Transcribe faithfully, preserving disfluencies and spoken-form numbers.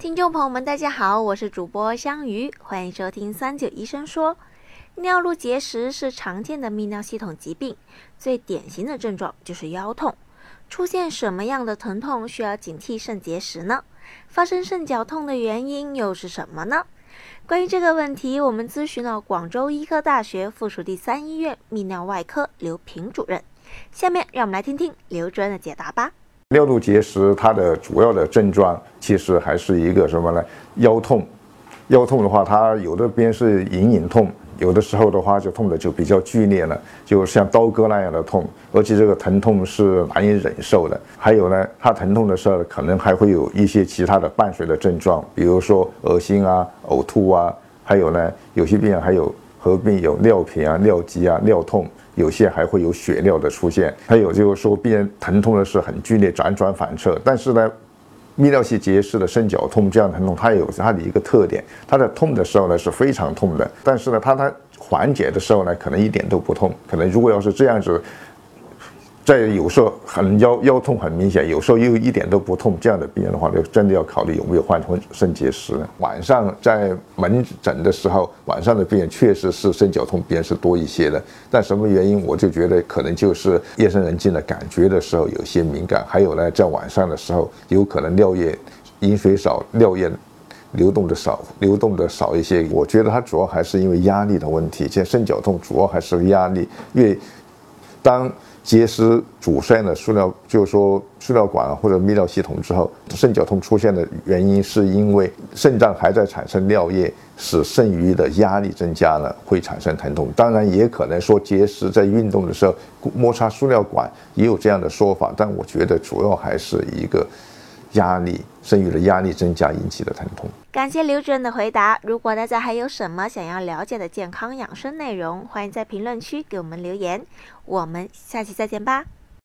听众朋友们，大家好，我是主播香鱼，欢迎收听三九医生说。尿路结石是常见的泌尿系统疾病，最典型的症状就是腰痛。出现什么样的疼痛需要警惕肾结石呢？发生肾绞痛的原因又是什么呢？关于这个问题，我们咨询了广州医科大学附属第三医院泌尿外科刘平主任。下面让我们来听听刘主任的解答吧。 尿路结石它的主要的症状其实还是一个什么呢？腰痛。腰痛的话，它有的边是隐隐痛，有的时候的话就痛的就比较剧烈了，就像刀割那样的痛，而且这个疼痛是难以忍受的。还有呢，它疼痛的时候可能还会有一些其他的伴随的症状，比如说恶心啊、呕吐啊，还有呢，有些病人还有合并有尿频啊、尿急啊、尿痛。有些还会有血尿的出现，还有就是说病人疼痛的是很剧烈，辗转反侧。但是呢，泌尿系结石的肾绞痛这样的疼痛，它有它的一个特点，它的痛的时候呢是非常痛的，但是呢，它它缓解的时候呢，可能一点都不痛。可能如果要是这样子，在有时候很腰腰痛很明显，有时候又一点都不痛，这样的病人的话，就真的要考虑有没有患肾结石。晚上在门诊的时候，晚上的病人确实是肾绞痛病人是多一些的，但什么原因，我就觉得可能就是夜深人静的感觉的时候有些敏感，还有呢，在晚上的时候有可能尿液饮水少，尿液流动的少，流动的少一些。我觉得它主要还是因为压力的问题，这肾绞痛主要还是压力，因为当结石阻塞了输尿，就是说输尿管或者泌尿系统之后，肾绞痛出现的原因是因为肾脏还在产生尿液，使肾盂的压力增加了，会产生疼痛。当然也可能说结石在运动的时候摩擦输尿管，也有这样的说法，但我觉得主要还是一个压力，肾盂的压力增加引起的疼痛。 感谢刘主任的回答。如果大家还有什么想要了解的健康养生内容，欢迎在评论区给我们留言。我们下期再见吧。